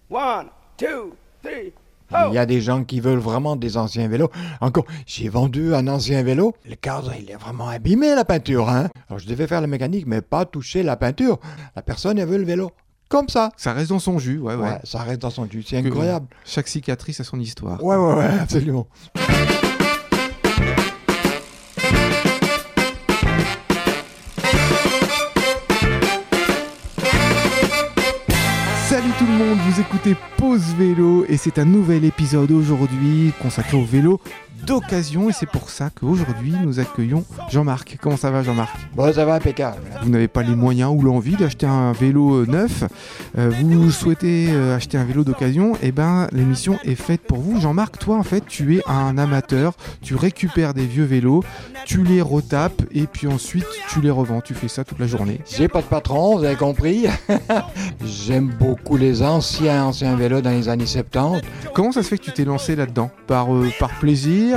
One, two, three. Il y a des gens qui veulent vraiment des anciens vélos. Encore, j'ai vendu un ancien vélo. Le cadre, il est vraiment abîmé, la peinture, hein. Alors, je devais faire la mécanique, mais pas toucher la peinture. La personne, elle veut le vélo. Comme ça. Ça reste dans son jus, ouais. Ouais, ça reste dans son jus. C'est incroyable. Chaque cicatrice a son histoire. Ouais, absolument. Salut tout le monde, vous écoutez Pause Vélo et c'est un nouvel épisode aujourd'hui consacré au vélo d'occasion et c'est pour ça qu'aujourd'hui nous accueillons Jean-Marc. Comment ça va Jean-Marc ? Bon, ça va, impeccable. Vous n'avez pas les moyens ou l'envie d'acheter un vélo neuf, vous souhaitez acheter un vélo d'occasion, et ben l'émission est faite pour vous. Jean-Marc, toi en fait tu es un amateur, tu récupères des vieux vélos, tu les retapes et puis ensuite tu les revends, tu fais ça toute la journée. J'ai pas de patron, vous avez compris. J'aime beaucoup les anciens vélos dans les années 70. Comment ça se fait que tu t'es lancé là-dedans ? Par plaisir ?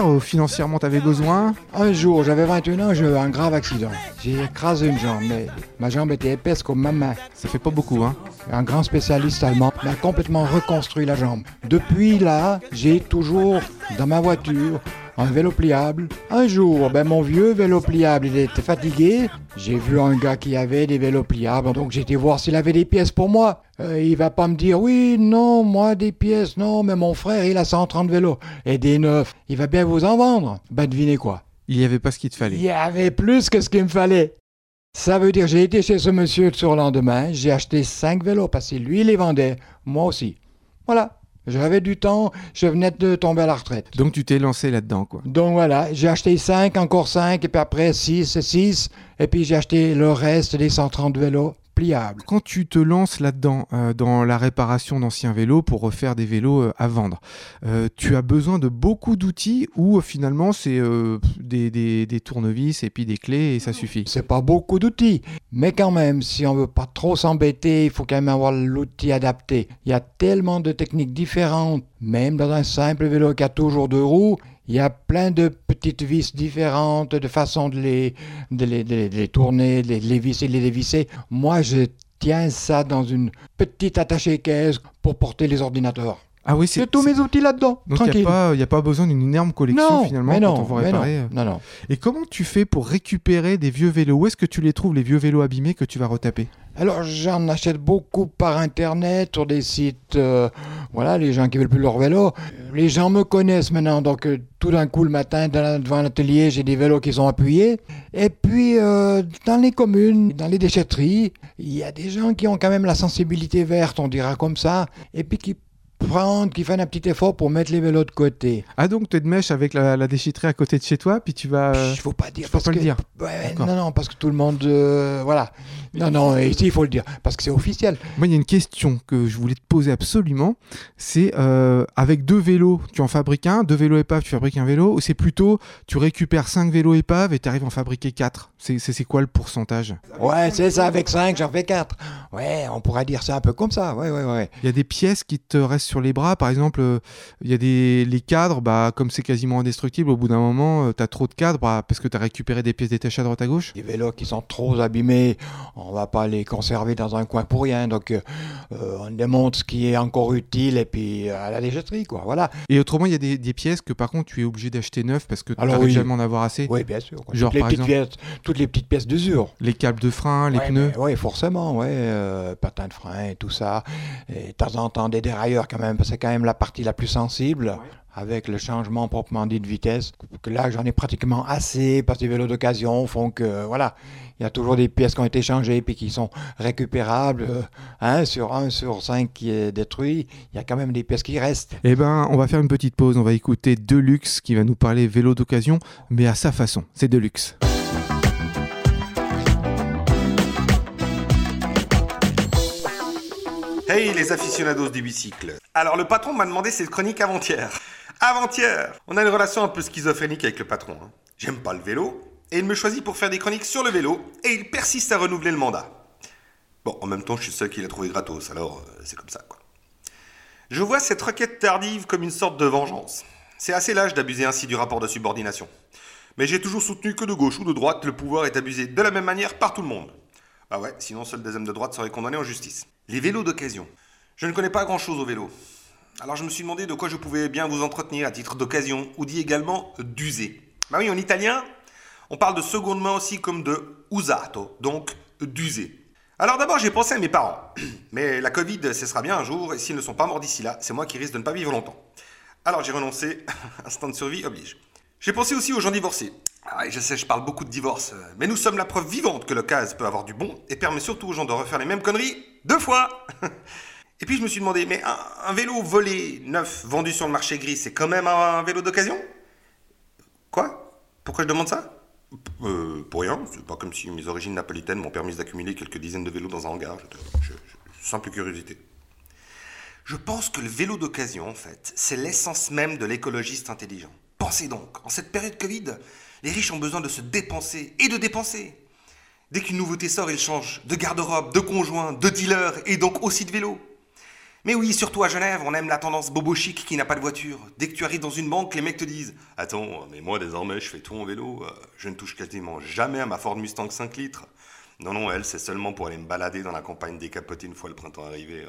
Financièrement t'avais besoin ? Un jour, j'avais 21 ans, j'ai eu un grave accident. J'ai écrasé une jambe, mais ma jambe était épaisse comme ma main. Ça fait pas beaucoup, hein ? Un grand spécialiste allemand m'a complètement reconstruit la jambe. Depuis là, j'ai toujours dans ma voiture un vélo pliable. Un jour, mon vieux vélo pliable, il était fatigué. J'ai vu un gars qui avait des vélos pliables, donc j'ai été voir s'il avait des pièces pour moi. Il va pas me dire, oui, non, moi des pièces, non, mais mon frère, il a 130 vélos et des neufs. Il va bien vous en vendre. Devinez quoi ? Il n'y avait pas ce qu'il te fallait. Il y avait plus que ce qu'il me fallait. Ça veut dire, j'ai été chez ce monsieur le surlendemain, j'ai acheté 5 vélos parce que lui, il les vendait, moi aussi. Voilà. J'avais du temps, je venais de tomber à la retraite. Donc tu t'es lancé là-dedans, quoi. Donc voilà, j'ai acheté 5, encore 5, et puis après 6, et puis j'ai acheté le reste des 130 vélos pliables. Quand tu te lances là-dedans, dans la réparation d'anciens vélos pour refaire des vélos à vendre, tu as besoin de beaucoup d'outils ou finalement c'est des tournevis et puis des clés et ça suffit ? C'est pas beaucoup d'outils, mais quand même, si on veut pas trop s'embêter, il faut quand même avoir l'outil adapté. Il y a tellement de techniques différentes, même dans un simple vélo qui a toujours 2 roues, il y a plein de petites vis différentes, de façons de les tourner, de les visser, de les dévisser. Moi, je tiens ça dans une petite attachée-caisse pour porter les ordinateurs. Ah oui, c'est tous mes outils là-dedans, donc tranquille. Donc il n'y a pas besoin d'une énorme collection finalement quand on veut réparer. Non. Et comment tu fais pour récupérer des vieux vélos ? Où est-ce que tu les trouves, les vieux vélos abîmés que tu vas retaper ? Alors, j'en achète beaucoup par Internet, sur des sites, les gens qui veulent plus leur vélo. Les gens me connaissent maintenant, donc tout d'un coup, le matin, devant l'atelier, j'ai des vélos qui sont appuyés. Et puis, dans les communes, dans les déchetteries, il y a des gens qui ont quand même la sensibilité verte, on dira comme ça, et puis qui font un petit effort pour mettre les vélos de côté. Ah donc tu es de mèche avec la déchetterie à côté de chez toi, puis tu vas... Il faut pas dire. Faut pas le dire. Ouais, non, parce que tout le monde... voilà. Non, ici il faut le dire, parce que c'est officiel. Moi il y a une question que je voulais te poser absolument, c'est avec 2 vélos, tu en fabriques un, 2 vélos épaves, tu fabriques un vélo, ou c'est plutôt tu récupères 5 vélos épaves et tu arrives à en fabriquer 4 ? C'est quoi le pourcentage ? Ouais, c'est ça, avec 5, j'en fais 4. Ouais, on pourrait dire ça un peu comme ça, ouais. Il y a des pièces qui te restent sur les bras, par exemple, il y a les cadres, comme c'est quasiment indestructible, au bout d'un moment, tu as trop de cadres parce que tu as récupéré des pièces détachées à droite à gauche. Les vélos qui sont trop abîmés, on va pas les conserver dans un coin pour rien, donc on démonte ce qui est encore utile et puis à la déchetterie, quoi, voilà. Et autrement, il y a des pièces que par contre tu es obligé d'acheter neuves parce que tu n'arrives jamais à en avoir assez. Oui, bien sûr. Quoi. Genre, toutes les petites pièces d'usure. Les câbles de frein, les pneus. Oui, forcément, patins de frein et tout ça. Et de temps en temps des dérailleurs quand même, parce que c'est quand même la partie la plus sensible. Ouais. Avec le changement proprement dit de vitesse, que là j'en ai pratiquement assez parce que les vélos d'occasion font que il y a toujours des pièces qui ont été changées puis qui sont récupérables. 1 sur 5 qui est détruit, il y a quand même des pièces qui restent. Eh ben, on va faire une petite pause, on va écouter Deluxe qui va nous parler vélo d'occasion, mais à sa façon. C'est Deluxe. Hey les aficionados du bicycle. Alors le patron m'a demandé cette chronique avant-hier. On a une relation un peu schizophrénique avec le patron. J'aime pas le vélo, et il me choisit pour faire des chroniques sur le vélo, et il persiste à renouveler le mandat. Bon, en même temps, je suis le seul qui l'a trouvé gratos, alors c'est comme ça, quoi. Je vois cette requête tardive comme une sorte de vengeance. C'est assez lâche d'abuser ainsi du rapport de subordination. Mais j'ai toujours soutenu que de gauche ou de droite, le pouvoir est abusé de la même manière par tout le monde. Bah ouais, sinon seul des hommes de droite seraient condamnés en justice. Les vélos d'occasion. Je ne connais pas grand-chose au vélo. Alors je me suis demandé de quoi je pouvais bien vous entretenir à titre d'occasion, ou dit également d'user. Bah oui, en italien, on parle de seconde main aussi comme de usato, donc d'user. Alors d'abord j'ai pensé à mes parents. Mais la Covid cessera bien un jour, et s'ils ne sont pas morts d'ici là, c'est moi qui risque de ne pas vivre longtemps. Alors j'ai renoncé, instinct de survie oblige. J'ai pensé aussi aux gens divorcés. Ah, et je sais, je parle beaucoup de divorce, mais nous sommes la preuve vivante que l'occasion peut avoir du bon, et permet surtout aux gens de refaire les mêmes conneries 2 fois. Et puis je me suis demandé, mais un vélo volé, neuf, vendu sur le marché gris, c'est quand même un vélo d'occasion ? Quoi ? Pourquoi je demande ça ? Pour rien, c'est pas comme si mes origines napolitaines m'ont permis d'accumuler quelques dizaines de vélos dans un hangar. Simple curiosité. Je pense que le vélo d'occasion, en fait, c'est l'essence même de l'écologiste intelligent. Pensez donc, en cette période Covid, les riches ont besoin de se dépenser et de dépenser. Dès qu'une nouveauté sort, ils changent de garde-robe, de conjoint, de dealer et donc aussi de vélo. Mais oui, surtout à Genève, on aime la tendance bobo chic qui n'a pas de voiture. Dès que tu arrives dans une banque, les mecs te disent « Attends, mais moi désormais je fais tout en vélo, je ne touche quasiment jamais à ma Ford Mustang 5 litres. » Non, elle, c'est seulement pour aller me balader dans la campagne décapotée une fois le printemps arrivé.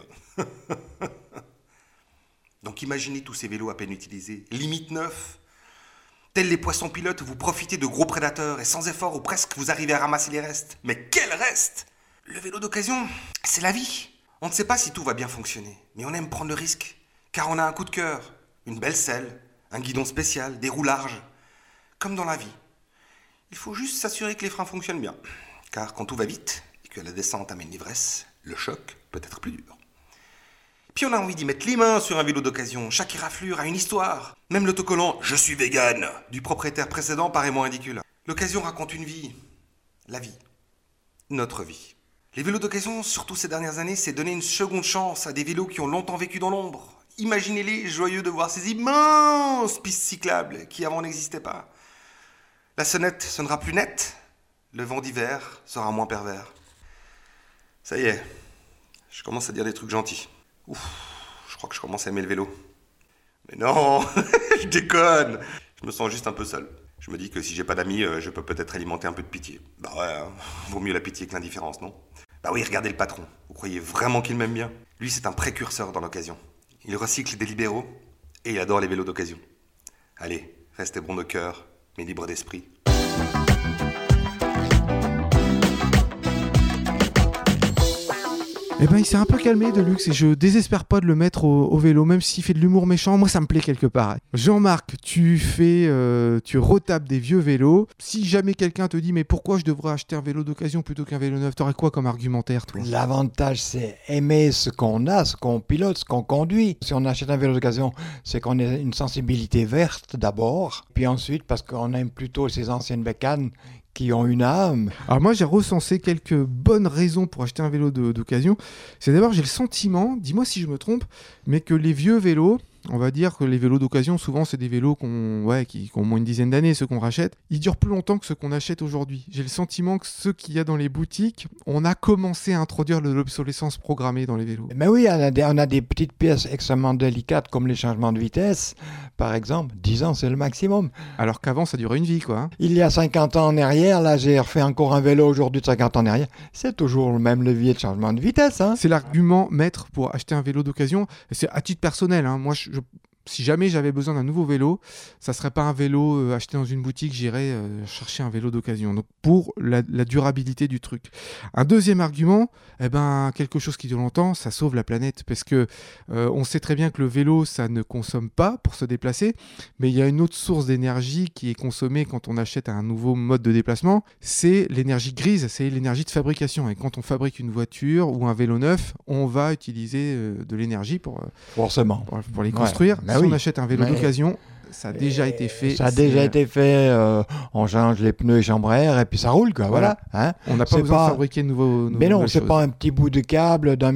Donc imaginez tous ces vélos à peine utilisés, limite neufs. Tels les poissons pilotes, vous profitez de gros prédateurs et sans effort ou presque vous arrivez à ramasser les restes. Mais quel reste ? Le vélo d'occasion, c'est la vie. On ne sait pas si tout va bien fonctionner, mais on aime prendre le risque, car on a un coup de cœur, une belle selle, un guidon spécial, des roues larges. Comme dans la vie. Il faut juste s'assurer que les freins fonctionnent bien, car quand tout va vite et que la descente amène l'ivresse, le choc peut être plus dur. Puis on a envie d'y mettre les mains sur un vélo d'occasion, chaque éraflure a une histoire. Même l'autocollant « Je suis vegan » du propriétaire précédent paraît moins ridicule. L'occasion raconte une vie, la vie, notre vie. Les vélos d'occasion, surtout ces dernières années, c'est donner une seconde chance à des vélos qui ont longtemps vécu dans l'ombre. Imaginez-les joyeux de voir ces immenses pistes cyclables qui avant n'existaient pas. La sonnette sonnera plus nette, le vent d'hiver sera moins pervers. Ça y est, je commence à dire des trucs gentils. Ouf, je crois que je commence à aimer le vélo. Mais non, je déconne. Je me sens juste un peu seul. Je me dis que si j'ai pas d'amis, je peux peut-être alimenter un peu de pitié. Bah ouais, hein, vaut mieux la pitié que l'indifférence, non ? Bah oui, regardez le patron. Vous croyez vraiment qu'il m'aime bien ? Lui, c'est un précurseur dans l'occasion. Il recycle des libéraux et il adore les vélos d'occasion. Allez, restez bon de cœur, mais libre d'esprit. Eh ben, il s'est un peu calmé Deluxe et je désespère pas de le mettre au vélo, même s'il fait de l'humour méchant. Moi, ça me plaît quelque part. Jean-Marc, tu retapes des vieux vélos. Si jamais quelqu'un te dit, mais pourquoi je devrais acheter un vélo d'occasion plutôt qu'un vélo neuf, t'aurais quoi comme argumentaire, toi ? L'avantage, c'est aimer ce qu'on a, ce qu'on pilote, ce qu'on conduit. Si on achète un vélo d'occasion, c'est qu'on a une sensibilité verte d'abord, puis ensuite parce qu'on aime plutôt ces anciennes bécanes qui ont une âme. Alors moi, j'ai recensé quelques bonnes raisons pour acheter un vélo d'occasion. C'est d'abord, j'ai le sentiment, dis-moi si je me trompe, mais que les vieux vélos, on va dire que les vélos d'occasion, souvent, c'est des vélos qui ont au moins une dizaine d'années, ceux qu'on rachète. Ils durent plus longtemps que ceux qu'on achète aujourd'hui. J'ai le sentiment que ceux qu'il y a dans les boutiques, on a commencé à introduire de l'obsolescence programmée dans les vélos. Mais oui, on a des petites pièces extrêmement délicates comme les changements de vitesse, par exemple. 10 ans, c'est le maximum. Alors qu'avant, ça durait une vie, quoi. Hein. Il y a 50 ans en arrière, là, j'ai refait encore un vélo aujourd'hui de 50 ans en arrière. C'est toujours le même levier de changement de vitesse. Hein. C'est l'argument maître pour acheter un vélo d'occasion. C'est à titre personnel. Hein. Moi, si jamais j'avais besoin d'un nouveau vélo, ça serait pas un vélo acheté dans une boutique, j'irais chercher un vélo d'occasion. Donc pour la durabilité du truc. Un deuxième argument, quelque chose qui dure longtemps, ça sauve la planète parce que on sait très bien que le vélo, ça ne consomme pas pour se déplacer, mais il y a une autre source d'énergie qui est consommée quand on achète un nouveau mode de déplacement, c'est l'énergie grise, c'est l'énergie de fabrication. Et quand on fabrique une voiture ou un vélo neuf, on va utiliser de l'énergie pour les construire. Si on achète un vélo d'occasion, ça a déjà été fait. Ça a déjà été fait. On change les pneus et chambres à air et puis ça roule, quoi. Voilà. Hein. On n'a pas besoin de fabriquer de nouveaux. Mais non, c'est pas un petit bout de câble d'1,5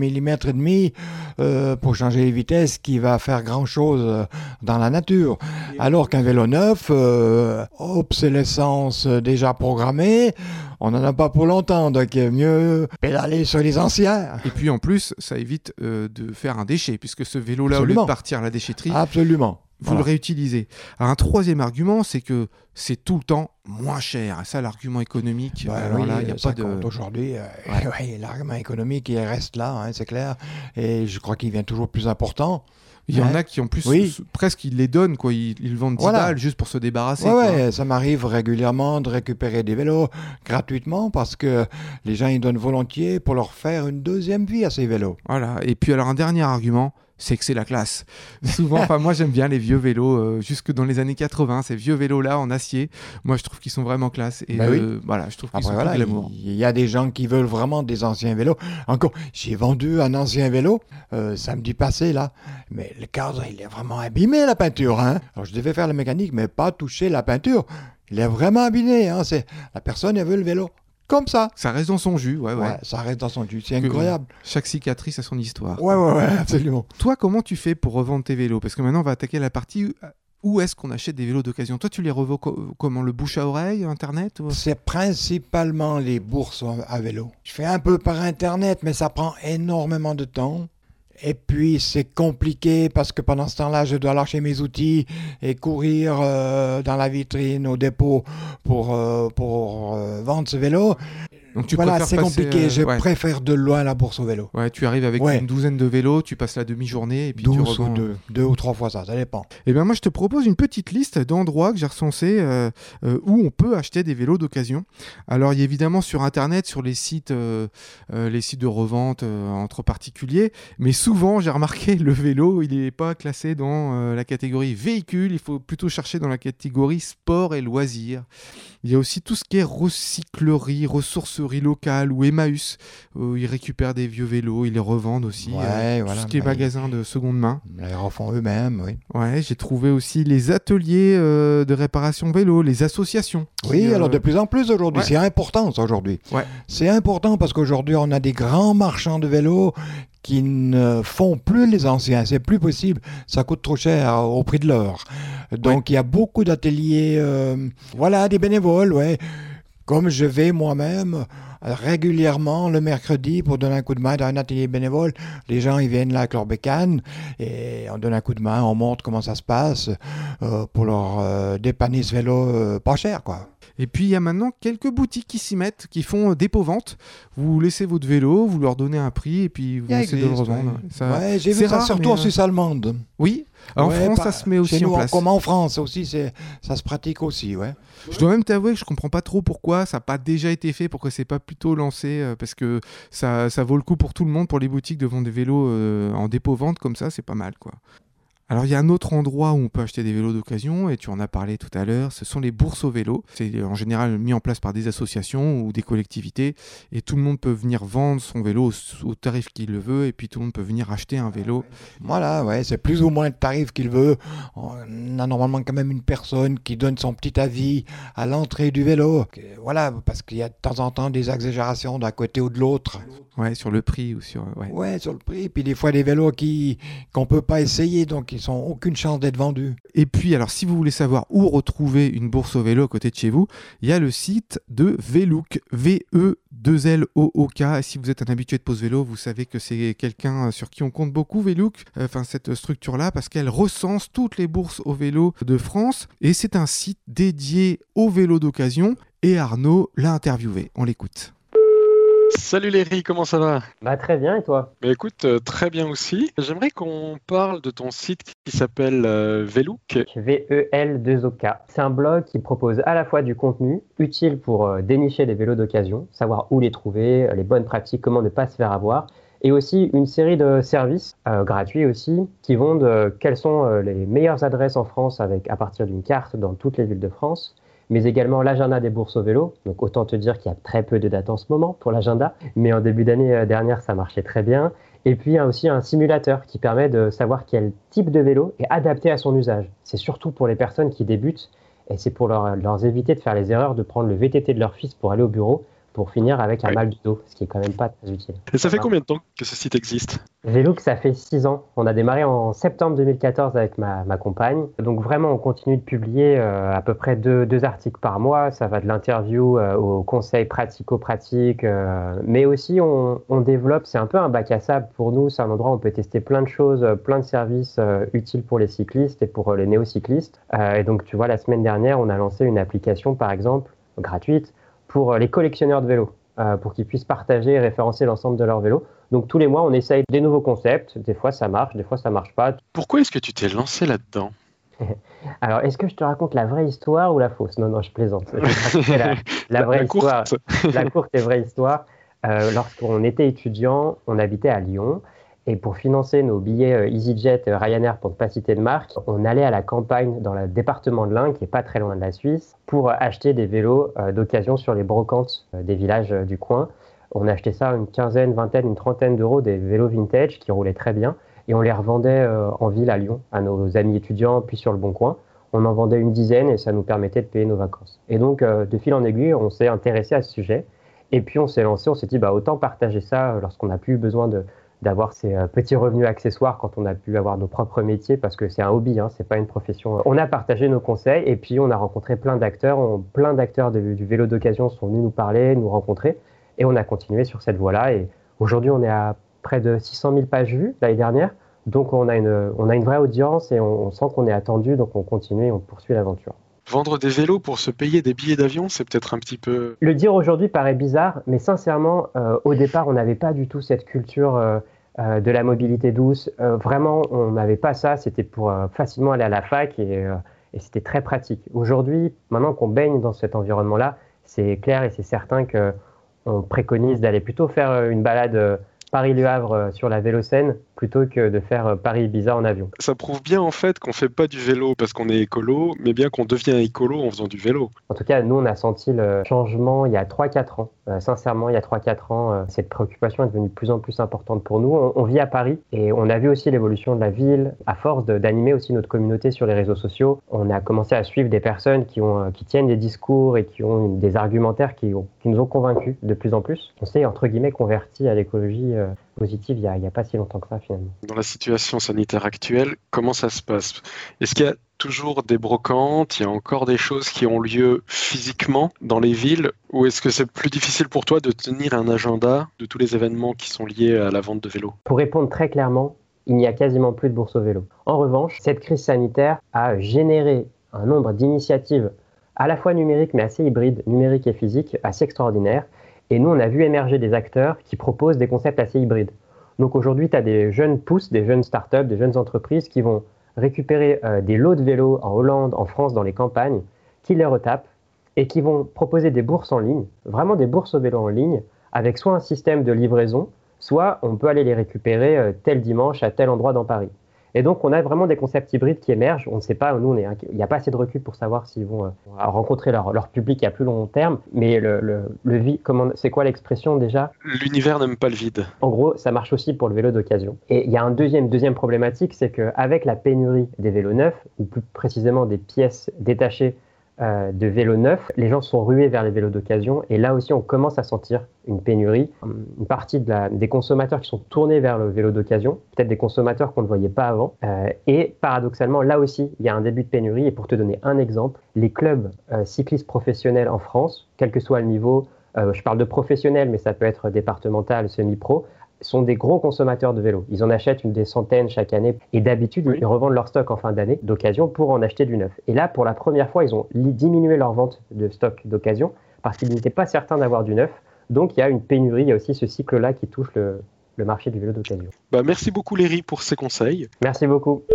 mm pour changer les vitesses qui va faire grand chose dans la nature. Alors qu'un vélo neuf, obsolescence déjà programmée, on n'en a pas pour longtemps, donc il est mieux pédaler sur les anciens. Et puis en plus, ça évite de faire un déchet, puisque ce vélo-là, au lieu de partir à la déchetterie, absolument. vous le réutilisez. Alors, un troisième argument, c'est que c'est tout le temps moins cher. Ça, l'argument économique, Oui, là, il n'y a ça pas de... compte aujourd'hui. Ouais, l'argument économique, il reste là, hein, c'est clair. Et je crois qu'il devient toujours plus important. Il y en a qui, en plus, presque, ils les donnent, quoi. Ils vendent 10 balles juste pour se débarrasser. Ouais, ça m'arrive régulièrement de récupérer des vélos gratuitement parce que les gens, ils donnent volontiers pour leur faire une deuxième vie à ces vélos. Voilà. Et puis, alors, un dernier argument, c'est que c'est la classe. Souvent, moi j'aime bien les vieux vélos, jusque dans les années 80, ces vieux vélos-là en acier. Moi je trouve qu'ils sont vraiment classe. Et voilà, je trouve qu'ils sont pas glamour. Il y a des gens qui veulent vraiment des anciens vélos. Encore, j'ai vendu un ancien vélo samedi passé là, mais le cadre il est vraiment abîmé la peinture. Hein. Alors je devais faire la mécanique, mais pas toucher la peinture. Il est vraiment abîmé. Hein. La personne elle veut le vélo. Comme ça. Ça reste dans son jus, ouais. Ça reste dans son jus, c'est incroyable. Chaque cicatrice a son histoire. Ouais, absolument. Toi, comment tu fais pour revendre tes vélos? Parce que maintenant, on va attaquer la partie où est-ce qu'on achète des vélos d'occasion. Toi, tu les revends comment? Le bouche à oreille, Internet ou... C'est principalement les bourses à vélo. Je fais un peu par Internet, mais ça prend énormément de temps. Et puis, c'est compliqué parce que pendant ce temps-là, je dois lâcher mes outils et courir dans la vitrine au dépôt pour vendre ce vélo. Donc tu voilà, c'est passer, compliqué. Je préfère de loin la bourse au vélo. Ouais, tu arrives avec une douzaine de vélos, tu passes la demi-journée et puis tu revends. Ou deux ou trois fois ça dépend. Eh bien moi, je te propose une petite liste d'endroits que j'ai recensés où on peut acheter des vélos d'occasion. Alors, il y a évidemment sur Internet, sur les sites de revente entre particuliers, mais souvent, j'ai remarqué, le vélo, il n'est pas classé dans la catégorie véhicule, il faut plutôt chercher dans la catégorie sport et loisirs. Il y a aussi tout ce qui est recyclerie, ressourcerie locale ou Emmaüs, où ils récupèrent des vieux vélos, ils les revendent aussi. Tout ce qui est magasin de seconde main. Ils les refont eux-mêmes, oui. Ouais, j'ai trouvé aussi les ateliers de réparation vélo, les associations. Oui, alors de plus en plus aujourd'hui, c'est important ça aujourd'hui. Ouais. C'est important parce qu'aujourd'hui, on a des grands marchands de vélos qui ne font plus les anciens, c'est plus possible, ça coûte trop cher au prix de l'or. Donc il y a beaucoup d'ateliers, des bénévoles, comme je vais moi-même régulièrement le mercredi pour donner un coup de main dans un atelier bénévole. Les gens ils viennent là avec leur bécane et on donne un coup de main, on montre comment ça se passe pour leur dépanner ce vélo pas cher quoi. Et puis il y a maintenant quelques boutiques qui s'y mettent, qui font dépôt-vente. Vous laissez votre vélo, vous leur donnez un prix et puis vous essayez de le revendre. J'ai vu ça surtout en Suisse allemande. Oui, en France ça se met aussi en place. Comme en France aussi, ça se pratique aussi, Je dois même t'avouer que je comprends pas trop pourquoi ça n'a pas déjà été fait, pourquoi c'est pas plutôt lancé, parce que ça vaut le coup pour tout le monde, pour les boutiques de vendre des vélos en dépôt-vente comme ça, c'est pas mal quoi. Alors il y a un autre endroit où on peut acheter des vélos d'occasion et tu en as parlé tout à l'heure, ce sont les bourses aux vélos. C'est en général mis en place par des associations ou des collectivités et tout le monde peut venir vendre son vélo au tarif qu'il le veut et puis tout le monde peut venir acheter un vélo. Voilà, c'est plus ou moins le tarif qu'il veut. On a normalement quand même une personne qui donne son petit avis à l'entrée du vélo. Voilà, parce qu'il y a de temps en temps des exagérations d'un côté ou de l'autre. Ouais, sur le prix ou sur... Ouais, sur le prix. Puis des fois des vélos qu'on peut pas essayer, donc ils n'ont aucune chance d'être vendus. Et puis, alors, si vous voulez savoir où retrouver une bourse au vélo à côté de chez vous, il y a le site de Velook, V-E-2-L-O-O-K. Et si vous êtes un habitué de Pause Vélo, vous savez que c'est quelqu'un sur qui on compte beaucoup, Velook, cette structure-là, parce qu'elle recense toutes les bourses au vélo de France. Et c'est un site dédié aux vélos d'occasion. Et Arnaud l'a interviewé. On l'écoute. Salut Léry, comment ça va? Très bien, et toi? Écoute, très bien aussi. J'aimerais qu'on parle de ton site qui s'appelle Velook. V-E-L-2-O-K. C'est un blog qui propose à la fois du contenu utile pour dénicher des vélos d'occasion, savoir où les trouver, les bonnes pratiques, comment ne pas se faire avoir, et aussi une série de services gratuits aussi qui vont de quelles sont les meilleures adresses en France à partir d'une carte dans toutes les villes de France, mais également l'agenda des bourses au vélo. Donc autant te dire qu'il y a très peu de dates en ce moment pour l'agenda, mais en début d'année dernière, ça marchait très bien. Et puis il y a aussi un simulateur qui permet de savoir quel type de vélo est adapté à son usage. C'est surtout pour les personnes qui débutent, et c'est pour leur éviter de faire les erreurs de prendre le VTT de leur fils pour aller au bureau. pour finir avec un Ouais. mal du dos, ce qui est quand même pas très utile. Et ça fait combien de temps que ce site existe? Velook, ça fait 6 ans. On a démarré en septembre 2014 avec ma compagne. Donc vraiment, on continue de publier à peu près deux articles par mois. Ça va de l'interview aux conseils pratico-pratiques. Mais aussi, on développe, c'est un peu un bac à sable pour nous. C'est un endroit où on peut tester plein de choses, plein de services utiles pour les cyclistes et pour les néo-cyclistes. Et donc, tu vois, la semaine dernière, on a lancé une application, par exemple, gratuite, pour les collectionneurs de vélos, pour qu'ils puissent partager et référencer l'ensemble de leurs vélos. Donc tous les mois, on essaye des nouveaux concepts. Des fois, ça marche, des fois, ça marche pas. Pourquoi est-ce que tu t'es lancé là-dedans? Alors, est-ce que je te raconte la vraie histoire ou la fausse? Non, je plaisante. Je vais te raconter la vraie histoire, la courte et vraie histoire. Lorsqu'on était étudiant, on habitait à Lyon. Et pour financer nos billets EasyJet, Ryanair, pour ne pas citer de marque, on allait à la campagne dans le département de l'Ain, qui est pas très loin de la Suisse, pour acheter des vélos d'occasion sur les brocantes des villages du coin. On achetait ça une quinzaine, vingtaine, une trentaine d'euros, des vélos vintage qui roulaient très bien. Et on les revendait en ville à Lyon, à nos amis étudiants, puis sur le Bon Coin. On en vendait une dizaine et ça nous permettait de payer nos vacances. Et donc, de fil en aiguille, on s'est intéressé à ce sujet. Et puis, on s'est lancé, on s'est dit, autant partager ça lorsqu'on n'a plus besoin d'avoir ces petits revenus accessoires quand on a pu avoir nos propres métiers, parce que c'est un hobby, c'est pas une profession. On a partagé nos conseils et puis on a rencontré plein d'acteurs. Plein d'acteurs du vélo d'occasion sont venus nous parler, nous rencontrer. Et on a continué sur cette voie-là. Et aujourd'hui, on est à près de 600 000 pages vues l'année dernière. Donc, on a une vraie audience et on sent qu'on est attendu. Donc, on continue et on poursuit l'aventure. Vendre des vélos pour se payer des billets d'avion, c'est peut-être un petit peu... Le dire aujourd'hui paraît bizarre, mais sincèrement, au départ, on n'avait pas du tout cette culture de la mobilité douce. Vraiment, on n'avait pas ça. C'était pour facilement aller à la fac et c'était très pratique. Aujourd'hui, maintenant qu'on baigne dans cet environnement-là, c'est clair et c'est certain qu'on préconise d'aller plutôt faire une balade Paris-Le Havre sur la Vélocène plutôt que de faire Paris-Ibiza en avion. Ça prouve bien en fait qu'on fait pas du vélo parce qu'on est écolo, mais bien qu'on devient écolo en faisant du vélo. En tout cas, nous, on a senti le changement il y a 3-4 ans. Sincèrement, il y a 3-4 ans, cette préoccupation est devenue de plus en plus importante pour nous. On vit à Paris et on a vu aussi l'évolution de la ville. À force d'animer aussi notre communauté sur les réseaux sociaux, on a commencé à suivre des personnes qui tiennent des discours et qui ont des argumentaires qui nous ont convaincus de plus en plus. On s'est, entre guillemets, converti à l'écologie positive il y a pas si longtemps que ça, finalement. Dans la situation sanitaire actuelle, comment ça se passe? Est-ce qu'il y a toujours des brocantes, il y a encore des choses qui ont lieu physiquement dans les villes, ou est-ce que c'est plus difficile pour toi de tenir un agenda de tous les événements qui sont liés à la vente de vélos? Pour répondre très clairement, il n'y a quasiment plus de bourse au vélo. En revanche, cette crise sanitaire a généré un nombre d'initiatives à la fois numériques mais assez hybrides, numériques et physiques, assez extraordinaires. Et nous, on a vu émerger des acteurs qui proposent des concepts assez hybrides. Donc aujourd'hui, tu as des jeunes pousses, des jeunes startups, des jeunes entreprises qui vont récupérer des lots de vélos en Hollande, en France, dans les campagnes, qui les retapent et qui vont proposer des bourses en ligne, vraiment des bourses au vélo en ligne, avec soit un système de livraison, soit on peut aller les récupérer tel dimanche à tel endroit dans Paris. Et donc, on a vraiment des concepts hybrides qui émergent. On ne sait pas, nous, il n'y a pas assez de recul pour savoir s'ils vont rencontrer leur public à plus long terme. Mais c'est quoi l'expression déjà? L'univers n'aime pas le vide. En gros, ça marche aussi pour le vélo d'occasion. Et il y a une deuxième problématique, c'est qu'avec la pénurie des vélos neufs, ou plus précisément des pièces détachées de vélos neufs, les gens sont rués vers les vélos d'occasion. Et là aussi, on commence à sentir une pénurie. Une partie des consommateurs qui sont tournés vers le vélo d'occasion, peut-être des consommateurs qu'on ne voyait pas avant. Et paradoxalement, là aussi, il y a un début de pénurie. Et pour te donner un exemple, les clubs cyclistes professionnels en France, quel que soit le niveau, je parle de professionnels, mais ça peut être départemental, semi-pro, sont des gros consommateurs de vélos. Ils en achètent des centaines chaque année et d'habitude, ils revendent leur stock en fin d'année d'occasion pour en acheter du neuf. Et là, pour la première fois, ils ont diminué leur vente de stock d'occasion parce qu'ils n'étaient pas certains d'avoir du neuf. Donc, il y a une pénurie, il y a aussi ce cycle-là qui touche le marché du vélo d'occasion. Merci beaucoup Léry pour ces conseils. Merci beaucoup.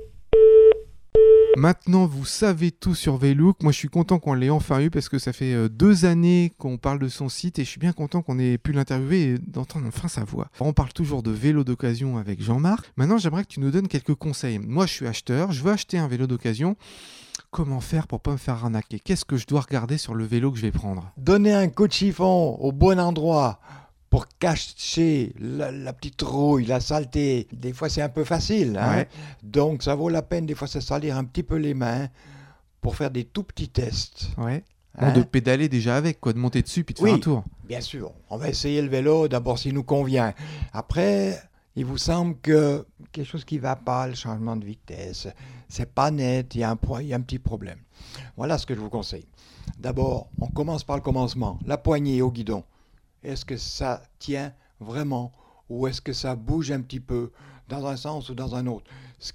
Maintenant, vous savez tout sur Velook. Moi, je suis content qu'on l'ait enfin eu parce que ça fait 2 années qu'on parle de son site et je suis bien content qu'on ait pu l'interviewer et d'entendre enfin sa voix. On parle toujours de vélo d'occasion avec Jean-Marc. Maintenant, j'aimerais que tu nous donnes quelques conseils. Moi, je suis acheteur, je veux acheter un vélo d'occasion. Comment faire pour pas me faire arnaquer? Qu'est-ce que je dois regarder sur le vélo que je vais prendre? Donner un coup de chiffon au bon endroit pour cacher la petite rouille, la saleté. Des fois, c'est un peu facile. Hein? Ouais. Donc, ça vaut la peine, des fois, de se salir un petit peu les mains pour faire des tout petits tests. Ouais. Non, de pédaler déjà avec, quoi, de monter dessus puis de faire un tour. Bien sûr. On va essayer le vélo d'abord s'il nous convient. Après, il vous semble que quelque chose qui ne va pas, le changement de vitesse, c'est pas net, il y a un petit problème. Voilà ce que je vous conseille. D'abord, on commence par le commencement. La poignée au guidon. Est-ce que ça tient vraiment ou est-ce que ça bouge un petit peu dans un sens ou dans un autre? Ce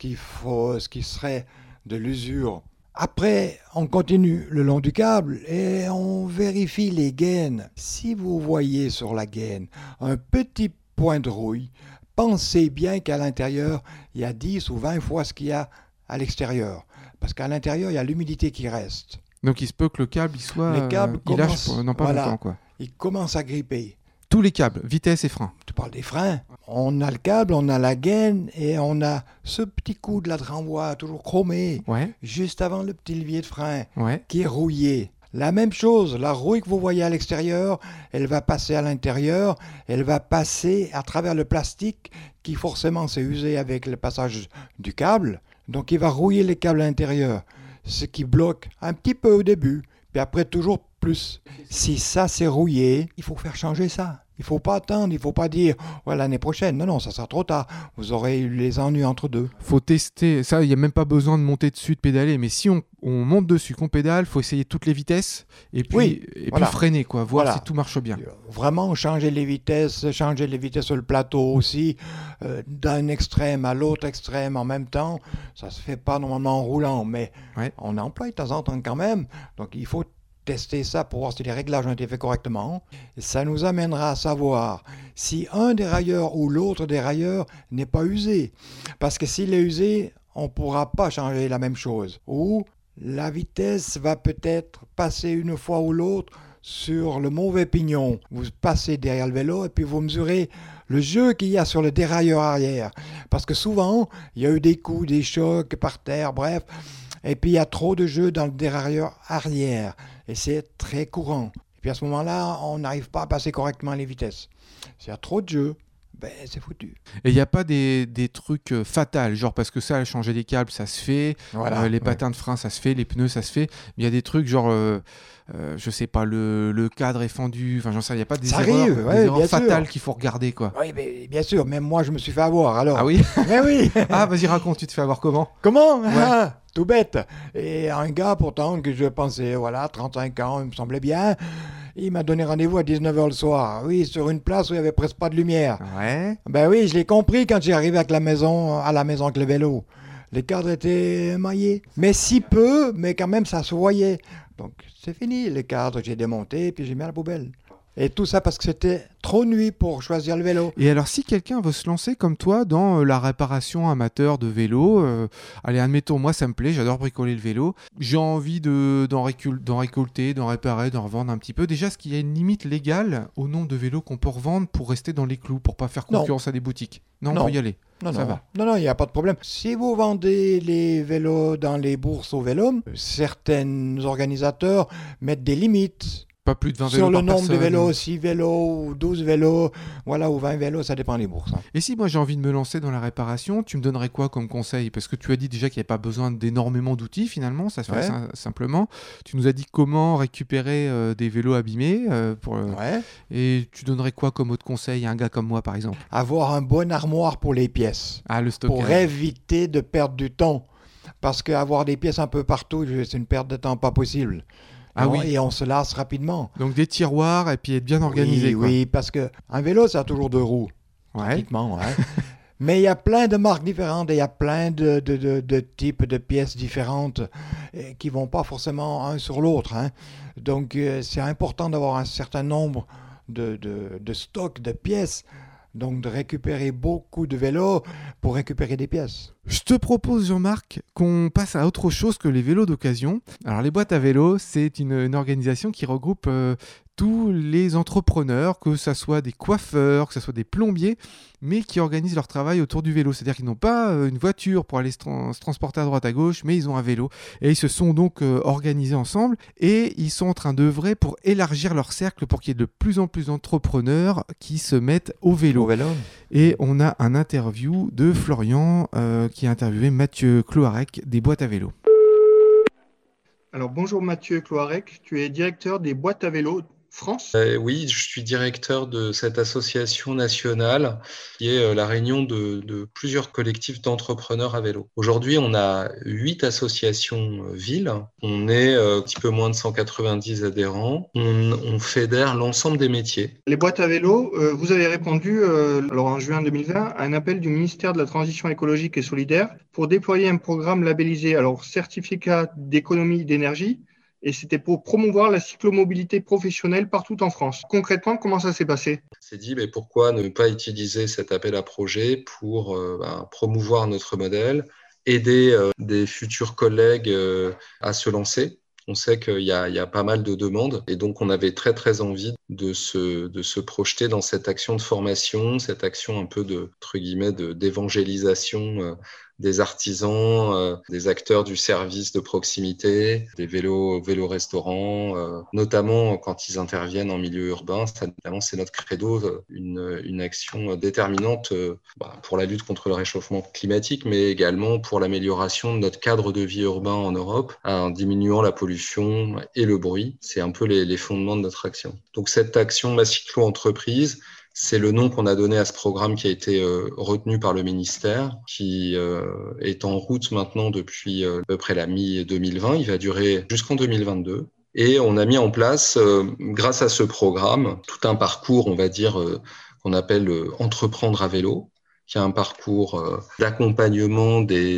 qui serait de l'usure. Après, on continue le long du câble et on vérifie les gaines. Si vous voyez sur la gaine un petit point de rouille, pensez bien qu'à l'intérieur, il y a 10 ou 20 fois ce qu'il y a à l'extérieur. Parce qu'à l'intérieur, il y a l'humidité qui reste. Donc il se peut que le câble, il lâche dans pas longtemps, quoi. Il commence à gripper. Tous les câbles, vitesse et frein. Tu parles des freins. On a le câble, on a la gaine et on a ce petit coude là de renvoi, toujours chromé, juste avant le petit levier de frein, qui est rouillé. La même chose, la rouille que vous voyez à l'extérieur, elle va passer à l'intérieur, elle va passer à travers le plastique qui forcément s'est usé avec le passage du câble. Donc il va rouiller les câbles à l'intérieur, ce qui bloque un petit peu au début, puis après toujours plus. Si ça s'est rouillé, il faut faire changer ça. Il ne faut pas attendre, il ne faut pas dire l'année prochaine. Non, ça sera trop tard. Vous aurez eu les ennuis entre deux. Il faut tester. Ça, il n'y a même pas besoin de monter dessus, de pédaler. Mais si on monte dessus, qu'on pédale, il faut essayer toutes les vitesses et puis, puis freiner, quoi, voir si tout marche bien. Vraiment, changer les vitesses sur le plateau aussi, d'un extrême à l'autre extrême en même temps. Ça ne se fait pas normalement en roulant, mais on emploie de temps en temps quand même. Donc, il faut tester ça pour voir si les réglages ont été faits correctement. Et ça nous amènera à savoir si un dérailleur ou l'autre dérailleur n'est pas usé. Parce que s'il est usé, on ne pourra pas changer la même chose. Ou la vitesse va peut-être passer une fois ou l'autre sur le mauvais pignon. Vous passez derrière le vélo et puis vous mesurez le jeu qu'il y a sur le dérailleur arrière. Parce que souvent, il y a eu des coups, des chocs par terre, bref. Et puis il y a trop de jeu dans le dérailleur arrière. Et c'est très courant. Et puis à ce moment-là, on n'arrive pas à passer correctement les vitesses. S'il y a trop de jeu, c'est foutu. Et il n'y a pas des trucs fatals, genre parce que ça, changer des câbles, ça se fait, les patins de frein, ça se fait, les pneus, ça se fait. Mais il y a des trucs genre, je sais pas, le cadre est fendu, enfin j'en sais, il n'y a pas des erreurs fatales qu'il faut regarder, quoi. Oui, mais bien sûr, même moi je me suis fait avoir alors. Ah oui. Mais oui. Ah vas-y raconte, tu te fais avoir comment? Tout bête. Et un gars pourtant que je pensais, 35 ans, il me semblait bien. Il m'a donné rendez-vous à 19h le soir. Oui, sur une place où il n'y avait presque pas de lumière. Ben oui, je l'ai compris quand j'ai arrivé à la maison avec le vélo. Les cadres étaient maillés. Mais si peu, mais quand même ça se voyait. Donc c'est fini, les cadres, j'ai démonté puis j'ai mis à la poubelle. Et tout ça parce que c'était trop nuit pour choisir le vélo. Et alors, si quelqu'un veut se lancer comme toi dans la réparation amateur de vélo, allez, admettons, moi ça me plaît, j'adore bricoler le vélo, j'ai envie d'en récolter, d'en réparer, d'en revendre un petit peu. Déjà, est-ce qu'il y a une limite légale au nombre de vélos qu'on peut revendre pour rester dans les clous, pour pas faire concurrence à des boutiques? Non, on peut y aller. Ça va. Non, il n'y a pas de problème. Si vous vendez les vélos dans les bourses aux vélos, certains organisateurs mettent des limites. Pas plus de 20 vélos sur le par nombre personne. de vélos, 6 vélos ou 12 vélos, ou 20 vélos, ça dépend des bourses. Et si moi j'ai envie de me lancer dans la réparation, tu me donnerais quoi comme conseil? Parce que tu as dit déjà qu'il n'y avait pas besoin d'énormément d'outils finalement, ça se fait simplement. Tu nous as dit comment récupérer des vélos abîmés. Et tu donnerais quoi comme autre conseil à un gars comme moi par exemple? Avoir un bon armoire pour les pièces. Le stockage. Pour éviter de perdre du temps. Parce qu'avoir des pièces un peu partout, c'est une perte de temps pas possible. Et on se lasse rapidement. Donc des tiroirs et puis être bien organisé. Oui, parce qu'un vélo, ça a toujours deux roues. Pratiquement, Mais il y a plein de marques différentes et il y a plein de types de pièces différentes qui ne vont pas forcément un sur l'autre. Donc c'est important d'avoir un certain nombre de stocks de pièces. Donc de récupérer beaucoup de vélos pour récupérer des pièces. Je te propose, Jean-Marc, qu'on passe à autre chose que les vélos d'occasion. Alors les boîtes à vélos, c'est une organisation qui regroupe tous les entrepreneurs, que ce soit des coiffeurs, que ce soit des plombiers, mais qui organisent leur travail autour du vélo. C'est-à-dire qu'ils n'ont pas une voiture pour aller se transporter à droite à gauche, mais ils ont un vélo. Et ils se sont donc organisés ensemble et ils sont en train d'œuvrer pour élargir leur cercle pour qu'il y ait de plus en plus d'entrepreneurs qui se mettent au vélo. Et on a un interview de Florian qui a interviewé Mathieu Cloarec des boîtes à vélo. Alors bonjour Mathieu Cloarec, tu es directeur des boîtes à vélo France. Oui, je suis directeur de cette association nationale qui est la réunion de plusieurs collectifs d'entrepreneurs à vélo. Aujourd'hui, on a 8 associations villes. On est un petit peu moins de 190 adhérents. On fédère l'ensemble des métiers. Les boîtes à vélo, vous avez répondu alors en juin 2020 à un appel du ministère de la Transition écologique et solidaire pour déployer un programme labellisé certificat d'économie d'énergie. Et c'était pour promouvoir la cyclomobilité professionnelle partout en France. Concrètement, comment ça s'est passé ? On s'est dit, mais pourquoi ne pas utiliser cet appel à projet pour promouvoir notre modèle, aider des futurs collègues à se lancer. On sait qu'il y a pas mal de demandes et donc on avait très très envie de se projeter dans cette action de formation, cette action un peu d'évangélisation des artisans, des acteurs du service de proximité, des vélos-restaurants, notamment quand ils interviennent en milieu urbain. Ça, évidemment, c'est notre credo, une action déterminante pour la lutte contre le réchauffement climatique, mais également pour l'amélioration de notre cadre de vie urbain en Europe, en diminuant la pollution et le bruit. C'est un peu les fondements de notre action. Donc cette action Ma Cyclo Entreprise, c'est le nom qu'on a donné à ce programme qui a été retenu par le ministère, qui est en route maintenant depuis à peu près la mi-2020. Il va durer jusqu'en 2022. Et on a mis en place, grâce à ce programme, tout un parcours, on va dire, qu'on appelle Entreprendre à vélo, qui est un parcours d'accompagnement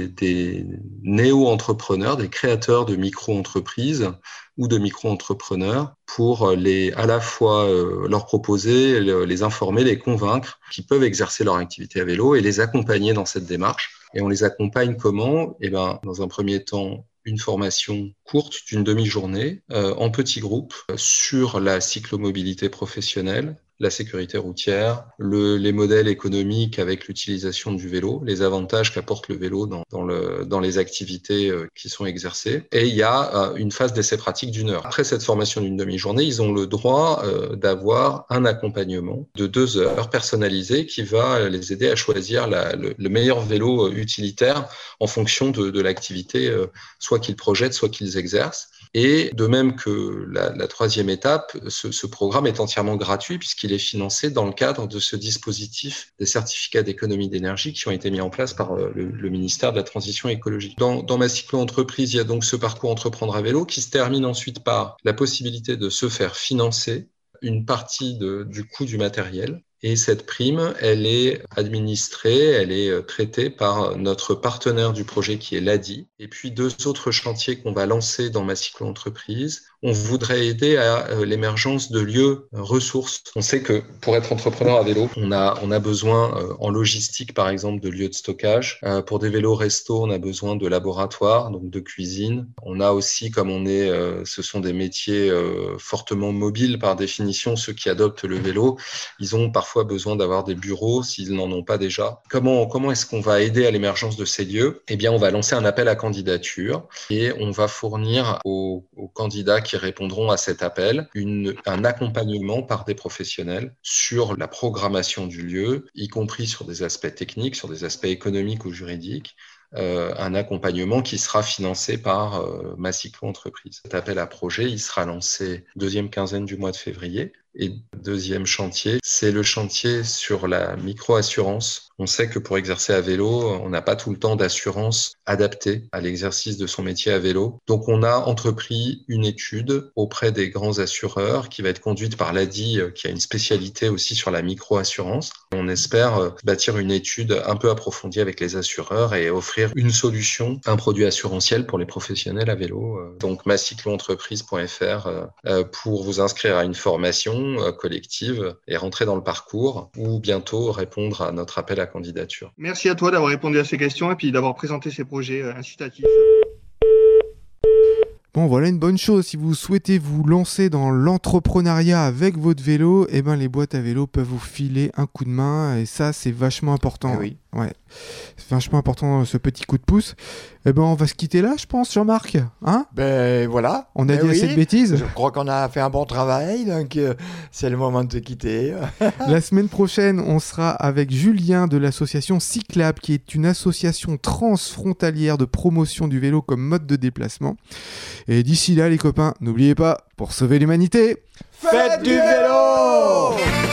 des néo-entrepreneurs, des créateurs de micro-entreprises ou de micro-entrepreneurs pour à la fois leur proposer, les informer, les convaincre qu'ils peuvent exercer leur activité à vélo et les accompagner dans cette démarche. Et on les accompagne comment ? Dans un premier temps, une formation courte d'une demi-journée en petits groupes sur la cyclomobilité professionnelle, la sécurité routière, les modèles économiques avec l'utilisation du vélo, les avantages qu'apporte le vélo dans les activités qui sont exercées. Et il y a une phase d'essai pratique d'1 heure. Après cette formation d'une demi-journée, ils ont le droit d'avoir un accompagnement de 2 heures personnalisé qui va les aider à choisir le meilleur vélo utilitaire en fonction de l'activité, soit qu'ils projettent, soit qu'ils exercent. Et de même que la troisième étape, ce programme est entièrement gratuit puisqu'il est financé dans le cadre de ce dispositif des certificats d'économie d'énergie qui ont été mis en place par le ministère de la Transition écologique. Dans Ma Cyclo Entreprise, il y a donc ce parcours Entreprendre à vélo qui se termine ensuite par la possibilité de se faire financer une partie du coût du matériel. Et cette prime, elle est administrée, elle est traitée par notre partenaire du projet qui est l'ADI. Et puis 2 autres chantiers qu'on va lancer dans Ma Cyclo Entreprise. On voudrait aider à l'émergence de lieux ressources. On sait que pour être entrepreneur à vélo, on a besoin en logistique, par exemple, de lieux de stockage. Pour des vélos resto, on a besoin de laboratoires, donc de cuisine. On a aussi, comme ce sont des métiers fortement mobiles par définition, ceux qui adoptent le vélo, ils ont parfois besoin d'avoir des bureaux s'ils n'en ont pas déjà. Comment est-ce qu'on va aider à l'émergence de ces lieux ? Eh bien, on va lancer un appel à candidature et on va fournir aux candidats qui répondront à cet appel un accompagnement par des professionnels sur la programmation du lieu, y compris sur des aspects techniques, sur des aspects économiques ou juridiques, un accompagnement qui sera financé par Ma Cyclo Entreprise. Cet appel à projet, il sera lancé 2e quinzaine du mois de février. Et deuxième chantier, c'est le chantier sur la micro-assurance. On sait que pour exercer à vélo, on n'a pas tout le temps d'assurance adaptée à l'exercice de son métier à vélo. Donc on a entrepris une étude auprès des grands assureurs qui va être conduite par l'ADI, qui a une spécialité aussi sur la micro-assurance. On espère bâtir une étude un peu approfondie avec les assureurs et offrir une solution, un produit assurantiel pour les professionnels à vélo. Donc macycloentreprise.fr pour vous inscrire à une formation collective et rentrer dans le parcours ou bientôt répondre à notre appel à candidature. Merci à toi d'avoir répondu à ces questions et puis d'avoir présenté ces projets incitatifs. Bon, voilà une bonne chose. Si vous souhaitez vous lancer dans l'entrepreneuriat avec votre vélo, les boîtes à vélo peuvent vous filer un coup de main et ça, c'est vachement important. Oui. Ouais, c'est vachement important ce petit coup de pouce. Eh ben, on va se quitter là, je pense, Jean-Marc. Hein ? Ben voilà. On a Ben dit assez de bêtises. Je crois qu'on a fait un bon travail, donc c'est le moment de te quitter. La semaine prochaine, on sera avec Julien de l'association Cyclab, qui est une association transfrontalière de promotion du vélo comme mode de déplacement. Et d'ici là, les copains, n'oubliez pas, pour sauver l'humanité, Faites du vélo!